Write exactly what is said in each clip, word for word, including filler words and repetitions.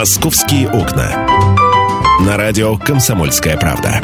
«Московские окна». На радио «Комсомольская правда».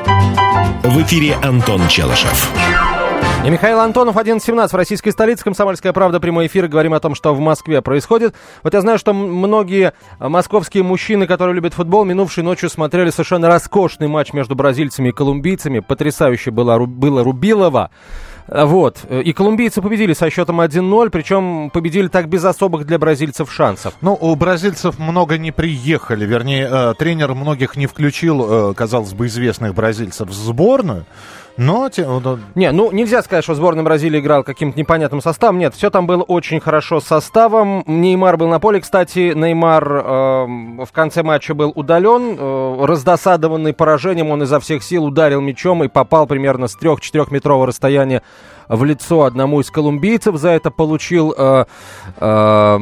В эфире Антон Челышев. И Михаил Антонов, одиннадцать семнадцать в российской столице. «Комсомольская правда», прямой эфир. Говорим о том, что в Москве происходит. Вот я знаю, что многие московские мужчины, которые любят футбол, минувшей ночью смотрели совершенно роскошный матч между бразильцами и колумбийцами. Потрясающе было, было Рубилово. Вот. И колумбийцы победили со счетом один ноль, причем победили так без особых для бразильцев шансов. Ну, у бразильцев много не приехали, вернее, э, тренер многих не включил, э, казалось бы, известных бразильцев в сборную. Но... Не, ну нельзя сказать, что сборная Бразилии играла каким-то непонятным составом. Нет, все там было очень хорошо с составом. Неймар был на поле. Кстати, Неймар э, в конце матча был удален. Э, раздосадованный поражением, он изо всех сил ударил мячом и попал примерно с трех-четырехметрового расстояния в лицо одному из колумбийцев. За это получил э, э,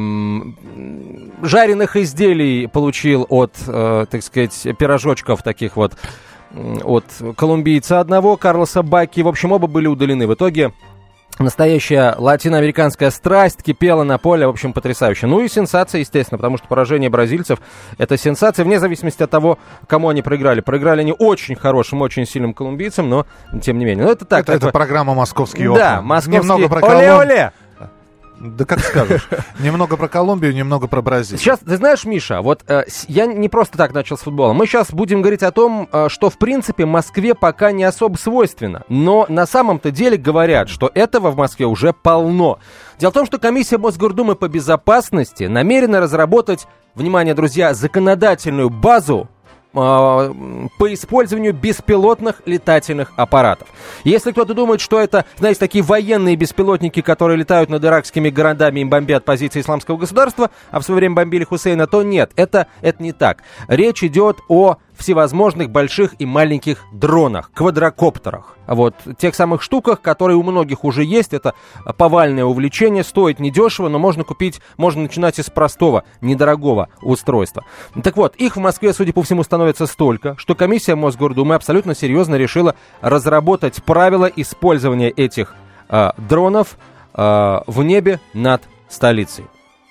жареных изделий, получил от, э, так сказать, пирожочков таких вот от колумбийца одного, Карлоса Баки. В общем, оба были удалены. В итоге настоящая латиноамериканская страсть кипела на поле. В общем, потрясающе. Ну и сенсация, естественно, потому что поражение бразильцев — это сенсация, вне зависимости от того, кому они проиграли. Проиграли они очень хорошим, очень сильным колумбийцам, но тем не менее. Ну, это так. Это, это программа «Московские окна». Да, московские. Немного про Оле-оле! Да как скажешь. Немного про Колумбию, немного про Бразилию. Сейчас, ты знаешь, Миша, вот э, я не просто так начал с футбола. Мы сейчас будем говорить о том, э, что, в принципе, Москве пока не особо свойственно. Но на самом-то деле говорят, что этого в Москве уже полно. Дело в том, что комиссия Мосгордумы по безопасности намерена разработать, внимание, друзья, законодательную базу по использованию беспилотных летательных аппаратов. Если кто-то думает, что это, знаете, такие военные беспилотники, которые летают над иракскими городами и бомбят позиции исламского государства, а в свое время бомбили Хусейна, то нет, это, это не так. Речь идет о всевозможных больших и маленьких дронах, квадрокоптерах. Вот, тех самых штуках, которые у многих уже есть. Это повальное увлечение, стоит недешево, но можно купить, можно начинать из простого, недорогого устройства. Так вот, их в Москве, судя по всему, становится столько, что комиссия Мосгордумы абсолютно серьезно решила разработать правила использования этих э, дронов э, в небе над столицей.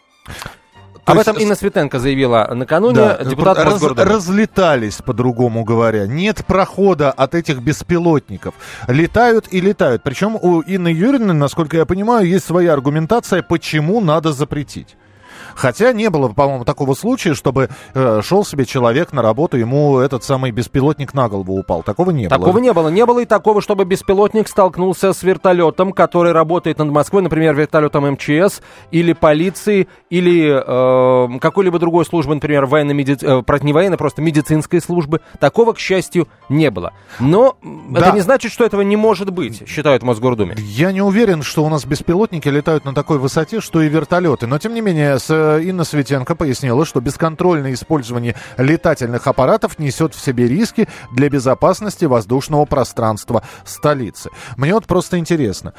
Об этом Инна Светенко заявила накануне, да, депутат раз, Мосгордумы. Разлетались, по-другому говоря. Нет прохода от этих беспилотников. Летают и летают. Причем у Инны Юрьевны, насколько я понимаю, есть своя аргументация, почему надо запретить. Хотя не было, по-моему, такого случая, чтобы э, шел себе человек на работу, ему этот самый беспилотник на голову упал. Такого не такого было. Такого не было. Не было и такого, чтобы беспилотник столкнулся с вертолетом, который работает над Москвой, например, вертолетом эм че эс или полиции, или э, какой-либо другой службы, например, военно-меди... э, не военной, просто медицинской службы. Такого, к счастью, не было. Но да. Это не значит, что этого не может быть, считают в Мосгордуме. Я не уверен, что у нас беспилотники летают на такой высоте, что и вертолеты. Но, тем не менее, с Инна Светенко пояснила, что бесконтрольное использование летательных аппаратов несет в себе риски для безопасности воздушного пространства столицы. Мне вот просто интересно.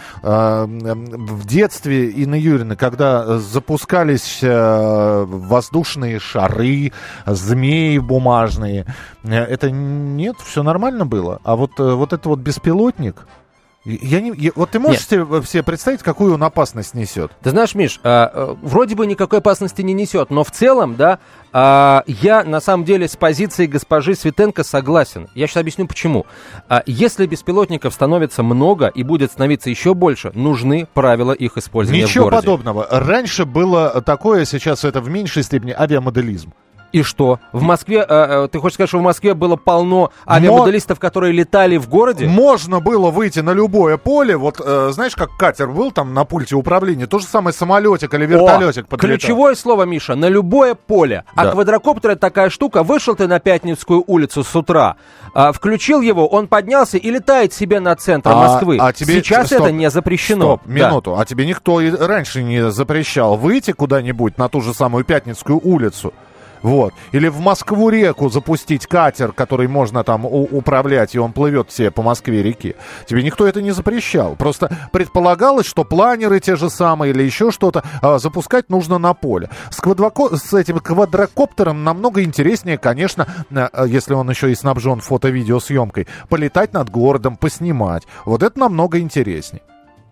В детстве Инны Юрьевны, когда запускались воздушные шары, змеи бумажные, это нет, все нормально было? А вот, вот это вот беспилотник... Я не, я, вот ты можешь себе, себе представить, какую он опасность несет? Ты знаешь, Миш, а, а, вроде бы никакой опасности не несет, но в целом, да, а, я на самом деле с позиции госпожи Светенко согласен. Я сейчас объясню почему. А, если беспилотников становится много и будет становиться еще больше, нужны правила их использования Ничего в городе. Ничего подобного. Раньше было такое, сейчас это в меньшей степени авиамоделизм. И что? В Москве, э, ты хочешь сказать, что в Москве было полно авиамоделистов, которые летали в городе? Можно было выйти на любое поле. Вот, э, знаешь, как катер был там на пульте управления, то же самое самолетик или вертолетик подлетал. Ключевое слово, Миша, на любое поле. Да. А квадрокоптер — это такая штука. Вышел ты на Пятницкую улицу с утра, э, включил его, он поднялся и летает себе над центром а, Москвы. А тебе... Сейчас Стоп. это не запрещено. Стоп, минуту. Да. А тебе никто и раньше не запрещал выйти куда-нибудь на ту же самую Пятницкую улицу? Вот. Или в Москву-реку запустить катер, который можно там у- управлять, и он плывет себе по Москве-реке. Тебе никто это не запрещал. Просто предполагалось, что планеры те же самые или еще что-то а, запускать нужно на поле. С, квадроко- с этим квадрокоптером намного интереснее, конечно, а, если он еще и снабжен фото-видеосъемкой, полетать над городом, поснимать. Вот это намного интереснее.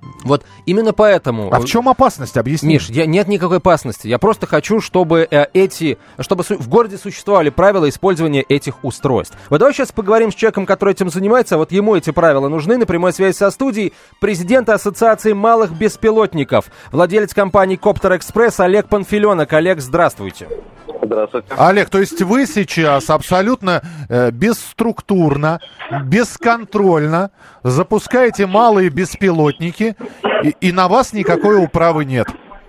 Вот именно поэтому... А в чем опасность? Объясни. Миш, я, нет никакой опасности. Я просто хочу, чтобы э, эти, чтобы су- в городе существовали правила использования этих устройств. Вот давай сейчас поговорим с человеком, который этим занимается. Вот ему эти правила нужны. На прямой связи со студией президент Ассоциации малых беспилотников, владелец компании Коптер Экспресс Олег Панфиленок. Олег, здравствуйте. Здравствуйте. Олег, то есть вы сейчас абсолютно э, бесструктурно, бесконтрольно запускаете малые беспилотники, и, и на вас никакой управы нет?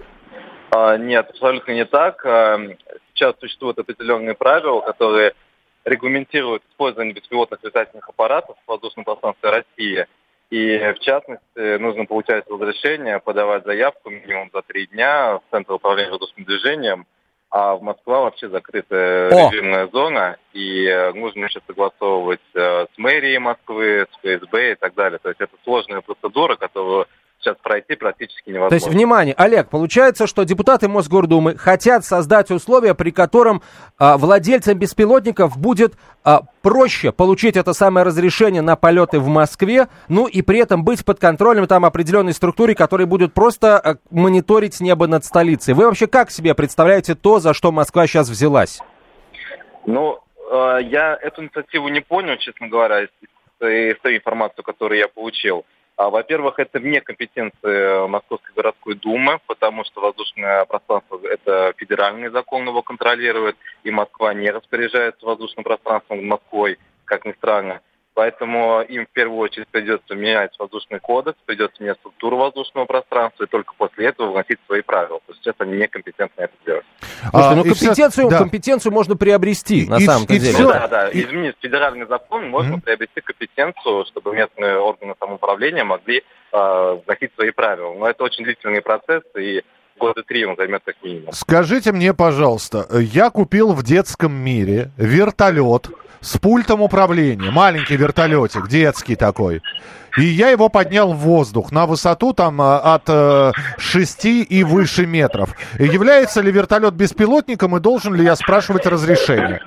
А, нет, абсолютно не так. А, сейчас существуют определенные правила, которые регламентируют использование беспилотных летательных аппаратов в воздушном пространстве России. И, в частности, нужно получать разрешение, подавать заявку минимум за три дня в Центр управления воздушным движением. А в Москве вообще закрытая О! режимная зона, и э, нужно еще согласовывать э, с мэрией Москвы, с ФСБ и так далее. То есть это сложная процедура, которую сейчас пройти практически невозможно. То есть, внимание, Олег, получается, что депутаты Мосгордумы хотят создать условия, при котором а, владельцам беспилотников будет а, проще получить это самое разрешение на полеты в Москве, ну и при этом быть под контролем там определенной структуры, которые будут просто а, мониторить небо над столицей. Вы вообще как себе представляете то, за что Москва сейчас взялась? Ну, э, я эту инициативу не понял, честно говоря, из, из той информации, которую я получил. А, во-первых, это вне компетенции Московской городской думы, потому что воздушное пространство – это федеральный закон, его контролирует, и Москва не распоряжается воздушным пространством Москвой, как ни странно. Поэтому им в первую очередь придется менять воздушный кодекс, придется менять структуру воздушного пространства, и только после этого вносить свои правила. То есть сейчас они некомпетентны это делать. Слушайте, ну и компетенцию, все, да. компетенцию можно приобрести, на И- самом-то и деле. все. Ну, да, да. Изменить федеральный закон можно Мгм. приобрести компетенцию, чтобы местные органы самоуправления могли э, вносить свои правила. Но это очень длительный процесс, и года три он займет как минимум. Скажите мне, пожалуйста, я купил в детском мире вертолет с пультом управления, маленький вертолетик, детский такой. И я его поднял в воздух на высоту там а, от э, шести и выше метров. Является ли вертолет беспилотником и должен ли я спрашивать разрешение?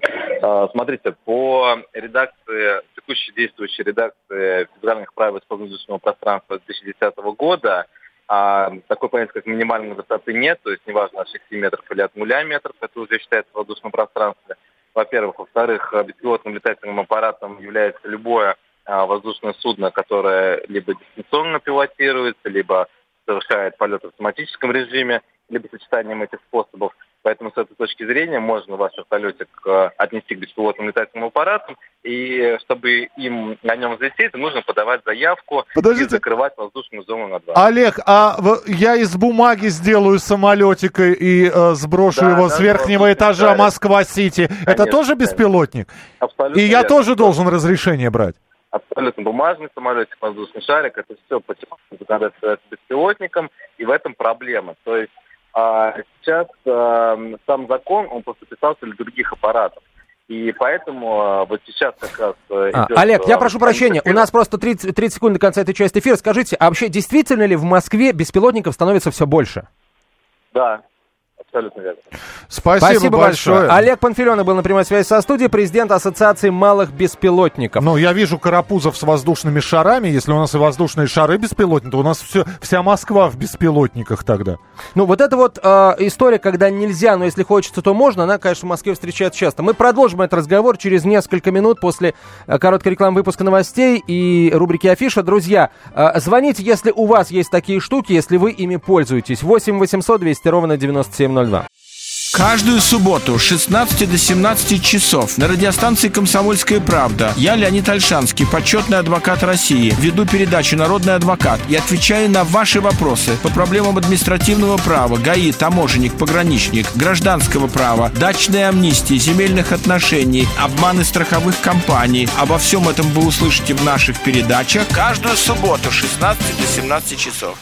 А, Смотрите, по редакции, текущей действующей редакции федеральных правил воздушного пространства две тысячи десятого года, а, такой понятия, как минимальной высоты нет, то есть неважно от шести метров или от нуля метров, это уже считается в воздушном пространстве. Во-первых. Во-вторых, беспилотным летательным аппаратом является любое а, воздушное судно, которое либо дистанционно пилотируется, либо совершает полет в автоматическом режиме, либо сочетанием этих способов. Поэтому с этой точки зрения можно ваш вертолетик э, отнести к беспилотным летательным аппаратам, и чтобы им на нем взлететь, нужно подавать заявку Подождите. и закрывать воздушную зону над вами. Олег, а в- я из бумаги сделаю самолетик и, и, э, сброшу Да, его да, с верхнего да, этажа да. Москва-Сити. Это Конечно, тоже конечно. беспилотник? Абсолютно И я верно. тоже должен разрешение брать? Абсолютно бумажный самолетик, воздушный шарик, это все по законодательству беспилотником, и в этом проблема. То есть а, сейчас а, сам закон, он просто писался для других аппаратов. И поэтому а, вот сейчас как раз а, А, идет, Олег, я а, прошу прощения, у нас просто тридцать, тридцать секунд до конца этой части эфира. Скажите, а вообще действительно ли в Москве беспилотников становится все больше? Да, абсолютно верно. Спасибо, большое. Олег Панфиленок был на прямой связи со студией, президент Ассоциации малых беспилотников. Ну, я вижу карапузов с воздушными шарами. Если у нас и воздушные шары беспилотники, то у нас все, вся Москва в беспилотниках тогда. Ну, вот эта вот э, история, когда нельзя, но если хочется, то можно, она, конечно, в Москве встречается часто. Мы продолжим этот разговор через несколько минут после э, короткой рекламы выпуска новостей и рубрики «Афиша». Друзья, э, звоните, если у вас есть такие штуки, если вы ими пользуетесь. восемь восемьсот двести ровно девяносто семь ноль два. Каждую субботу с шестнадцати до семнадцати часов на радиостанции «Комсомольская правда» я, Леонид Ольшанский, почетный адвокат России, веду передачу «Народный адвокат» и отвечаю на ваши вопросы по проблемам административного права, ГАИ, таможенник, пограничник, гражданского права, дачной амнистии, земельных отношений, обманы страховых компаний. Обо всем этом вы услышите в наших передачах каждую субботу с шестнадцати до семнадцати часов.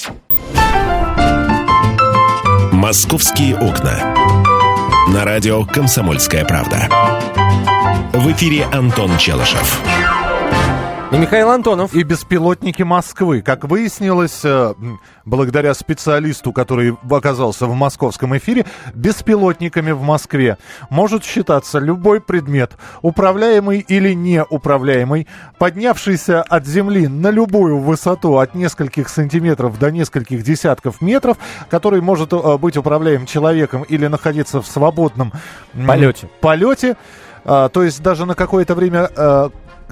«Московские окна». На радио «Комсомольская правда». В эфире Антон Челышев. И Михаил Антонов. И беспилотники Москвы. Как выяснилось, благодаря специалисту, который оказался в московском эфире, беспилотниками в Москве может считаться любой предмет, управляемый или неуправляемый, поднявшийся от земли на любую высоту от нескольких сантиметров до нескольких десятков метров, который может быть управляем человеком или находиться в свободном полете. полете. А, то есть даже на какое-то время... А,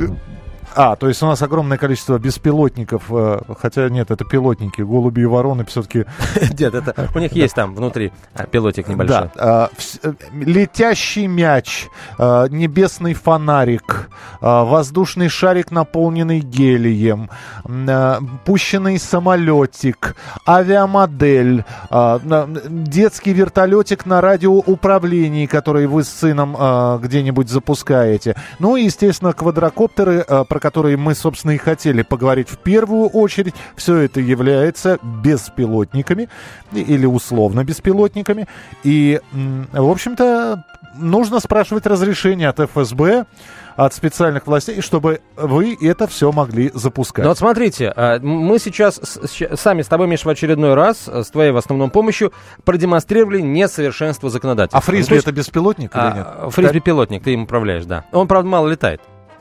А, то есть у нас огромное количество беспилотников, э, хотя нет, это пилотники, голуби и вороны все-таки... Нет, это у них есть там внутри а, пилотик небольшой. Да, э, летящий мяч, э, небесный фонарик, э, воздушный шарик, наполненный гелием, э, пущенный самолетик, авиамодель, э, детский вертолетик на радиоуправлении, который вы с сыном э, где-нибудь запускаете. Ну и, естественно, квадрокоптеры, э, про которые мы, собственно, и хотели поговорить в первую очередь. Все это является беспилотниками или условно беспилотниками. И, в общем-то, нужно спрашивать разрешение от эф эс бэ, от специальных властей, чтобы вы это все могли запускать. Ну вот смотрите, мы сейчас сами с тобой, Миш, в очередной раз, с твоей в основном помощью, продемонстрировали несовершенство законодательства. А фрисби ну, есть, это беспилотник а, или нет? Фрисби-пилотник, ты им управляешь, да. Он, правда, мало летает.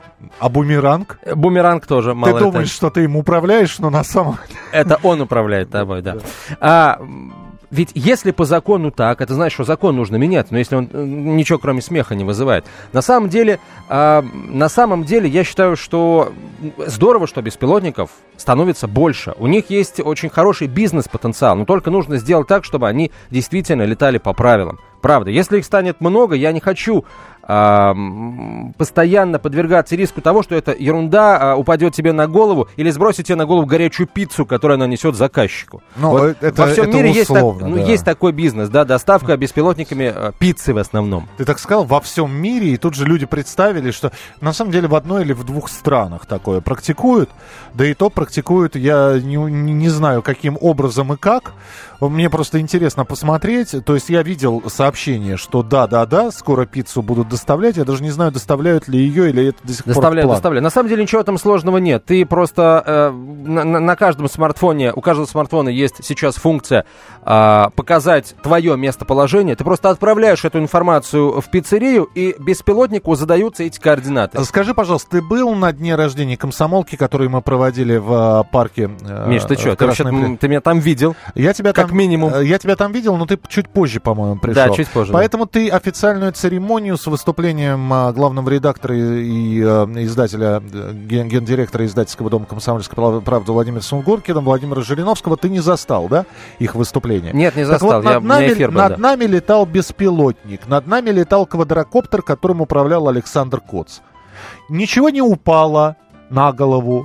А бумеранг? Бумеранг тоже мало Ты думаешь, летает. что ты им управляешь, но на самом деле... Это он управляет тобой, да. А, ведь если по закону так, это значит, что закон нужно менять, но если он ничего кроме смеха не вызывает. На самом деле, а, на самом деле, я считаю, что здорово, что беспилотников становится больше. У них есть очень хороший бизнес-потенциал, но только нужно сделать так, чтобы они действительно летали по правилам. Правда, если их станет много, я не хочу а, постоянно подвергаться риску того, что эта ерунда а, упадет тебе на голову или сбросит тебе на голову горячую пиццу, которую она несет заказчику. Ну, вот это, во всем это мире условно, есть, так, да. ну, есть такой бизнес, да, доставка беспилотниками а, пиццы в основном. Ты так сказал, во всем мире, и тут же люди представили, что на самом деле в одной или в двух странах такое практикуют, да и то практикуют, я не, не знаю, каким образом и как. Мне просто интересно посмотреть. То есть я видел сообщение, что да-да-да, скоро пиццу будут доставлять. Я даже не знаю, доставляют ли ее или это до сих доставляют, пор доставляют. На самом деле ничего там сложного нет. Ты просто э, на, на каждом смартфоне, у каждого смартфона есть сейчас функция э, показать твое местоположение. Ты просто отправляешь эту информацию в пиццерию, и беспилотнику задаются эти координаты. Скажи, пожалуйста, ты был на дне рождения комсомолки, который мы проводили в э, парке? Э, Миш, ты что? Ты, вообще, ты меня там видел? Я тебя как там минимум. Я тебя там видел, но ты чуть позже, по-моему, пришел. Да, чуть позже. Поэтому да. ты официальную церемонию с выступлением а, главного редактора и, и а, издателя, ген, гендиректора издательского дома «Комсомольская правда» Владимира Сунгоркина, Владимира Жириновского, ты не застал, да, их выступление? Нет, не застал. Так вот, Я, над нами, эфир был, над да. нами летал беспилотник, над нами летал квадрокоптер, которым управлял Александр Коц. Ничего не упало на голову.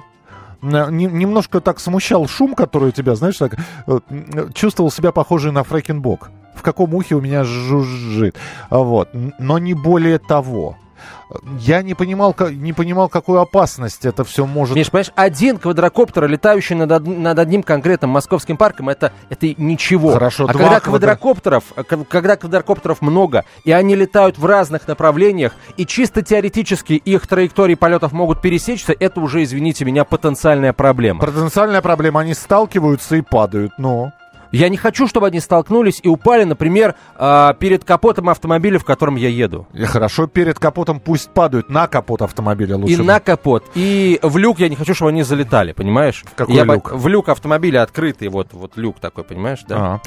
Немножко так смущал шум, который у тебя, знаешь, так чувствовал себя похожий на фрэкенбок. В каком ухе у меня жужжит. Вот. Но не более того. Я не понимал, не понимал, какую опасность это все может... Миш, понимаешь, один квадрокоптер, летающий над, од... над одним конкретным московским парком, это, это ничего. Хорошо, а два когда квадро... квадрокоптеров, когда квадрокоптеров много, и они летают в разных направлениях, и чисто теоретически их траектории полетов могут пересечься, это уже, извините меня, потенциальная проблема. Потенциальная проблема. Они сталкиваются и падают, но... Я не хочу, чтобы они столкнулись и упали, например, э, перед капотом автомобиля, в котором я еду. И хорошо, перед капотом пусть падают, на капот автомобиля лучше. И на капот, и в люк я не хочу, чтобы они залетали, понимаешь? В какой я люк? Бо... В люк автомобиля открытый, вот, вот люк такой, понимаешь, да? А-а.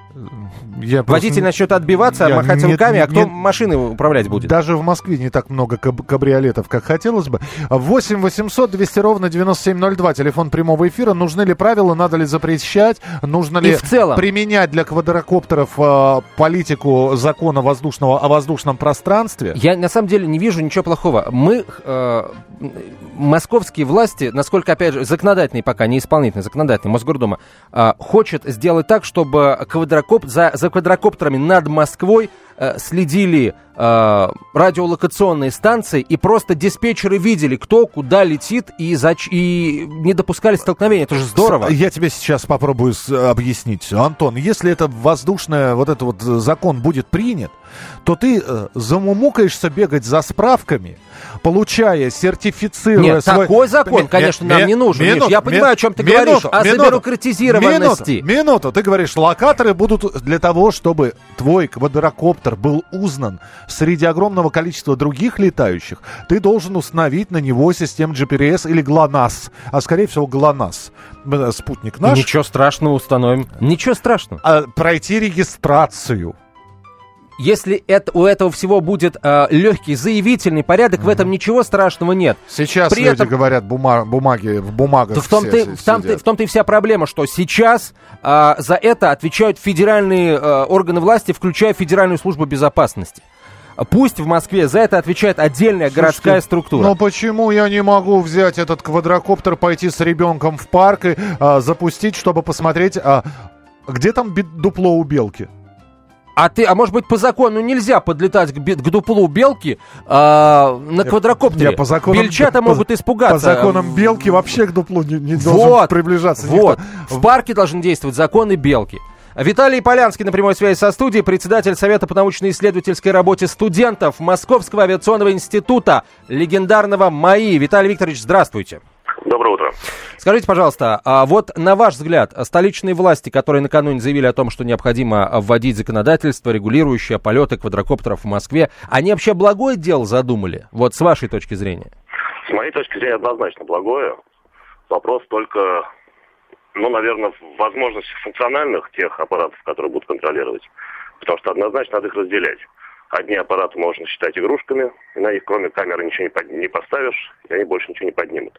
Я Водитель просто... начнет отбиваться, я махать не, руками, не, а кто не... машины управлять будет? Даже в Москве не так много каб- кабриолетов, как хотелось бы. восемь восемьсот двести ровно девяносто семь ноль два, телефон прямого эфира. Нужны ли правила, надо ли запрещать, нужно ли в целом применять для квадрокоптеров э, политику закона воздушного о воздушном пространстве? Я на самом деле не вижу ничего плохого. Мы, э, московские власти, насколько, опять же, законодательные пока, не исполнительные, законодательные, Мосгордума, э, хочет сделать так, чтобы квадрокоп... за, за квадрокоптерами над Москвой э, следили э, радиолокационные станции, и просто диспетчеры видели, кто куда летит, и, зач... и не допускали столкновения. Это же здорово. Я тебе сейчас попробую объяснить. Антон, если это воздушное, вот этот вот закон будет принят, то ты э, замумукаешься бегать за справками, получая, сертифицируя... Нет, свой... такой закон, конечно, нам не нужен. Миш, я понимаю, о чем ты говоришь, о забюрократизированности. Минуту, минуту, ты говоришь, локаторы будут для того, чтобы твой квадрокоптер был узнан среди огромного количества других летающих, ты должен установить на него систему джи пи эс или ГЛОНАСС, а скорее всего ГЛОНАСС, спутник наш. Ничего страшного, установим. Ничего страшного. А, пройти регистрацию. Если это, у этого всего будет э, легкий заявительный порядок, mm-hmm. в этом ничего страшного нет. Сейчас При люди этом, говорят, бума- бумаги в бумагах в том-то, все в, том-то, в том-то и вся проблема, что сейчас э, за это отвечают федеральные э, органы власти, включая Федеральную службу безопасности. Пусть в Москве за это отвечает отдельная Слушайте, городская структура. Но почему я не могу взять этот квадрокоптер, пойти с ребенком в парк и а, запустить, чтобы посмотреть, а, где там дупло у белки? А ты, а может быть, по закону нельзя подлетать к, к дуплу белки а, на квадрокоптере? Я, по законам, Бельчата по, могут испугаться. По законам белки вообще к дуплу не, не вот, должен приближаться вот. никто. В парке должны действовать законы белки. Виталий Полянский на прямой связи со студией, председатель Совета по научно-исследовательской работе студентов Московского авиационного института, легендарного МАИ. Виталий Викторович, здравствуйте. Доброе утро. Скажите, пожалуйста, а вот на ваш взгляд, столичные власти, которые накануне заявили о том, что необходимо вводить законодательство, регулирующее полеты квадрокоптеров в Москве, они вообще благое дело задумали? Вот с вашей точки зрения. С моей точки зрения однозначно благое. Вопрос только, ну, наверное, в возможностях функциональных тех аппаратов, которые будут контролировать. Потому что однозначно надо их разделять. Одни аппараты можно считать игрушками, и на них кроме камеры ничего не, под... не поставишь, и они больше ничего не поднимут.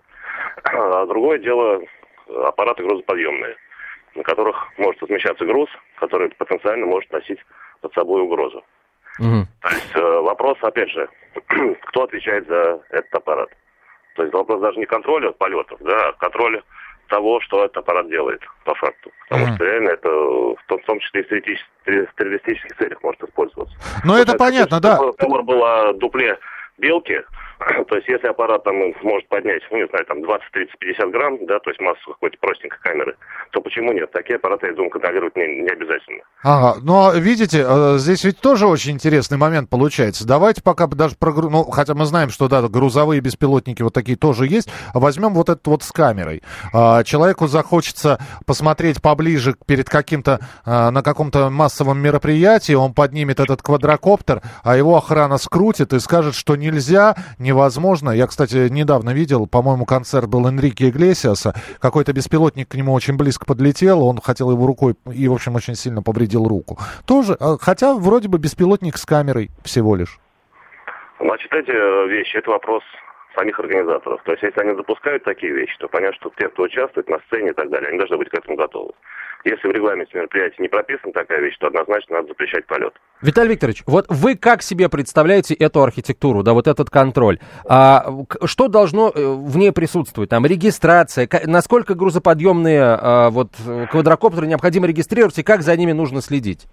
А другое дело аппараты грузоподъемные, на которых может размещаться груз, который потенциально может носить под собой угрозу. Угу. То есть э, вопрос, опять же, кто отвечает за этот аппарат. То есть вопрос даже не контроля полетов, да, а контроля того, что этот аппарат делает, по факту. Потому mm. что реально это в том, в том числе и в террористических целях может использоваться. Ну, это понятно, да. Разговор был о дупле белки. То есть, если аппарат там может поднять, ну, не знаю, там двадцать, тридцать, пятьдесят грамм, да, то есть массу какой-то простенькой камеры, то почему нет? Такие аппараты, я думаю, контролировать не, не обязательно. Ага, но видите, здесь ведь тоже очень интересный момент получается. Давайте пока даже про... Ну, хотя мы знаем, что, да, грузовые беспилотники вот такие тоже есть. Возьмем вот этот вот с камерой. Человеку захочется посмотреть поближе перед каким-то, на каком-то массовом мероприятии, он поднимет этот квадрокоптер, а его охрана скрутит и скажет, что нельзя, невозможно. Я, кстати, недавно видел, по-моему, концерт был Энрике Иглесиаса. Какой-то беспилотник к нему очень близко подлетел, он хотел его рукой и, в общем, очень сильно повредил руку. Тоже, хотя вроде бы беспилотник с камерой всего лишь. Значит, эти вещи, это вопрос самих организаторов. То есть, если они допускают такие вещи, то понятно, что те, кто участвует на сцене и так далее, они должны быть к этому готовы. Если в регламенте мероприятия не прописана такая вещь, то однозначно надо запрещать полет. Виталий Викторович, вот вы как себе представляете эту архитектуру, да, вот этот контроль? А, что должно в ней присутствовать? Там регистрация, насколько грузоподъемные а, вот, квадрокоптеры необходимо регистрировать и как за ними нужно следить?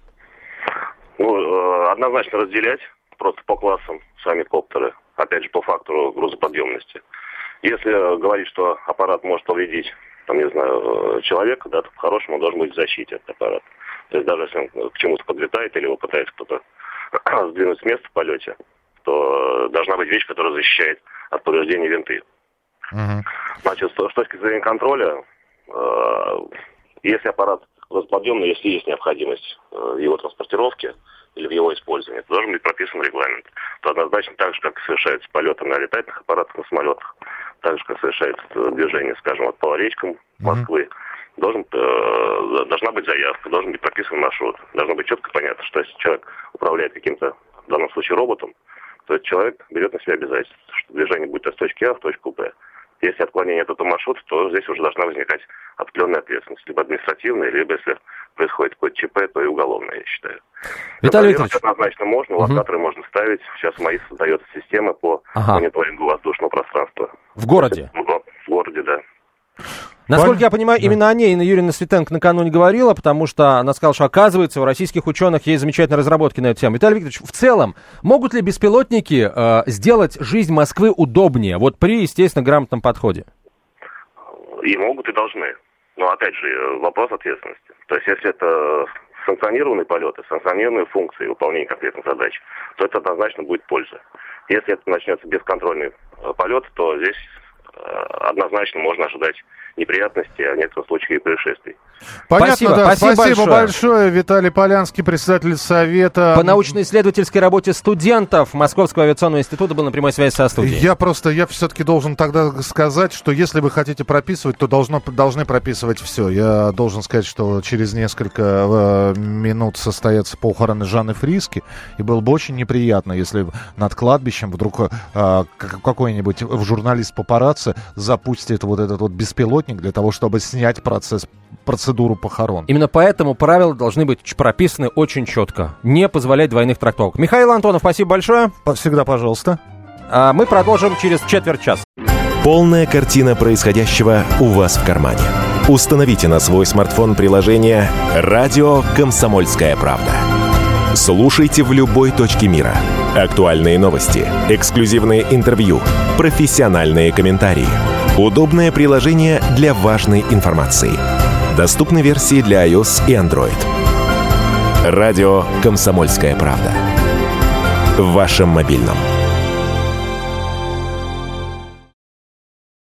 Ну, однозначно разделять просто по классам сами коптеры, опять же, по фактору грузоподъемности. Если говорить, что аппарат может повредить, там, не знаю, человека, да, то по-хорошему он должен быть в защите от аппарата. То есть даже если он к чему-то подлетает или его пытается кто-то сдвинуть с места в полете, то должна быть вещь, которая защищает от повреждений винты. Uh-huh. Значит, с точки зрения контроля, э, если аппарат грузоподъемный, если есть необходимость э, его транспортировки или в его использовании, то должен быть прописан регламент. То однозначно так же, как совершаются полеты на летательных аппаратах, на самолетах, так же, как совершается движение, скажем, вот по речкам Москвы, mm-hmm. должен, э, должна быть заявка, должен быть прописан маршрут. Должно быть четко понятно, что если человек управляет каким-то, в данном случае, роботом, то этот человек берет на себя обязательство, что движение будет от точки А в точку Б. Если отклонение от этого маршрута, то здесь уже должна возникать определенная ответственность, либо административная, либо, если происходит какое-то ЧП, то и уголовное, я считаю. Виталий Викторович. Однозначно можно, угу. локаторы можно ставить. Сейчас в МАИ создается система по ага. мониторингу воздушного пространства. В городе? В городе, да. Насколько Пон... я понимаю, да. именно о ней Инна Юрьевна Светенко накануне говорила, потому что она сказала, что, оказывается, у российских ученых есть замечательные разработки на эту тему. Виталий Викторович, в целом, могут ли беспилотники э, сделать жизнь Москвы удобнее, вот при, естественно, грамотном подходе? И могут, и должны. Но, опять же, вопрос ответственности. То есть, если это санкционированные полеты, санкционированные функции выполнения конкретных задач, то это однозначно будет польза. Если это начнется бесконтрольный полет, то здесь однозначно можно ожидать неприятностей, а в некоторых случаях и происшествий. Понятно, спасибо, да. спасибо, Спасибо большое. большое. Виталий Полянский, председатель Совета по научно-исследовательской работе студентов Московского авиационного института был на прямой связи со студией. Я просто, я все-таки должен тогда сказать, что если вы хотите прописывать, то должно, должны прописывать все. Я должен сказать, что через несколько э, минут состоятся похороны Жанны Фриски, и было бы очень неприятно, если над кладбищем вдруг э, какой-нибудь журналист папарацци запустит вот этот вот беспилотник для того, чтобы снять процесс, процедуру похорон. Именно поэтому правила должны быть прописаны очень четко. Не позволять двойных трактовок. Михаил Антонов, спасибо большое. Всегда пожалуйста. А мы продолжим через четверть часа. Полная картина происходящего у вас в кармане. Установите на свой смартфон приложение «Радио Комсомольская правда». Слушайте в любой точке мира. Актуальные новости, эксклюзивные интервью, профессиональные комментарии. Удобное приложение для важной информации. Доступны версии для iOS и Android. Радио «Комсомольская правда». В вашем мобильном.